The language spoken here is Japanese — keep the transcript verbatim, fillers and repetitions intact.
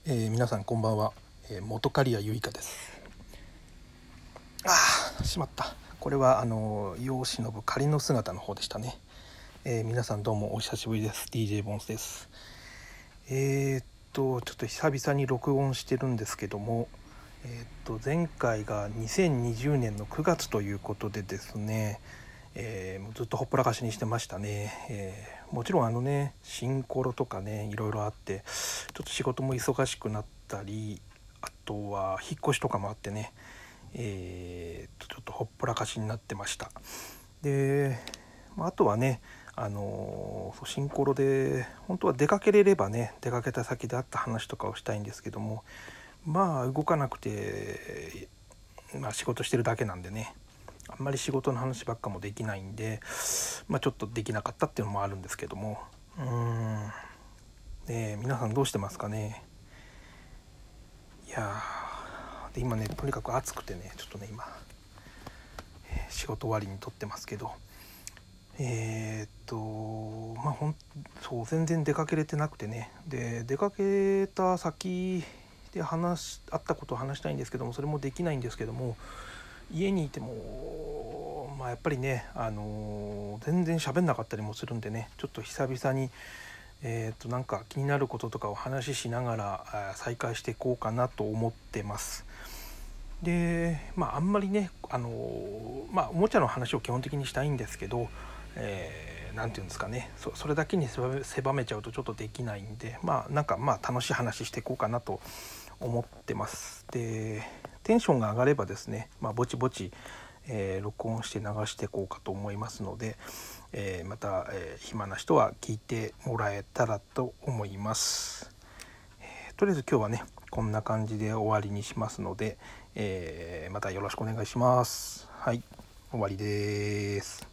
えー、皆さんこんばんは、えー、元刈谷ゆいかです。あーしまった。これはあの世を忍ぶ仮の姿の方でしたね。えー、皆さんどうもお久しぶりです。 ディージェー ボンスです。えー、っとちょっと久々に録音してるんですけども、えー、っと前回がにせんにじゅうねんのくがつということでですね、えー、ずっとほっぽらかしにしてましたね。えー、もちろんあのね新コロとかねいろいろあってちょっと仕事も忙しくなったり、あとは引っ越しとかもあってね、えー、ちょっとほっぽらかしになってました。であとはねあのー、新コロで本当は出かけれればね出かけた先であった話とかをしたいんですけども、まあ動かなくて、まあ、仕事してるだけなんでねあんまり仕事の話ばっかもできないんで、まあ、ちょっとできなかったっていうのもあるんですけども、うーんね皆さんどうしてますかね。いやで今ねとにかく暑くてねちょっとね今仕事終わりに撮ってますけど、えー、っとまあほんそう全然出かけれてなくてね、で出かけた先で話会ったことを話したいんですけどもそれもできないんですけども、家にいても、まあ、やっぱりね、あのー、全然喋んなかったりもするんでねちょっと久々に、えー、となんか気になることとかを話ししながら再開していこうかなと思ってます。でまああんまりね、あのー、まあおもちゃの話を基本的にしたいんですけど、えー、なんていうんですかね そ, それだけに狭めちゃうとちょっとできないんで、まあなんかまあ楽しい話していこうかなと思ってます。でテンションが上がればですね、まあ、ぼちぼち、えー、録音して流していこうかと思いますので、えー、また、えー、暇な人は聞いてもらえたらと思います。えー、とりあえず今日はねこんな感じで終わりにしますので、えー、またよろしくお願いします。はい、終わりです。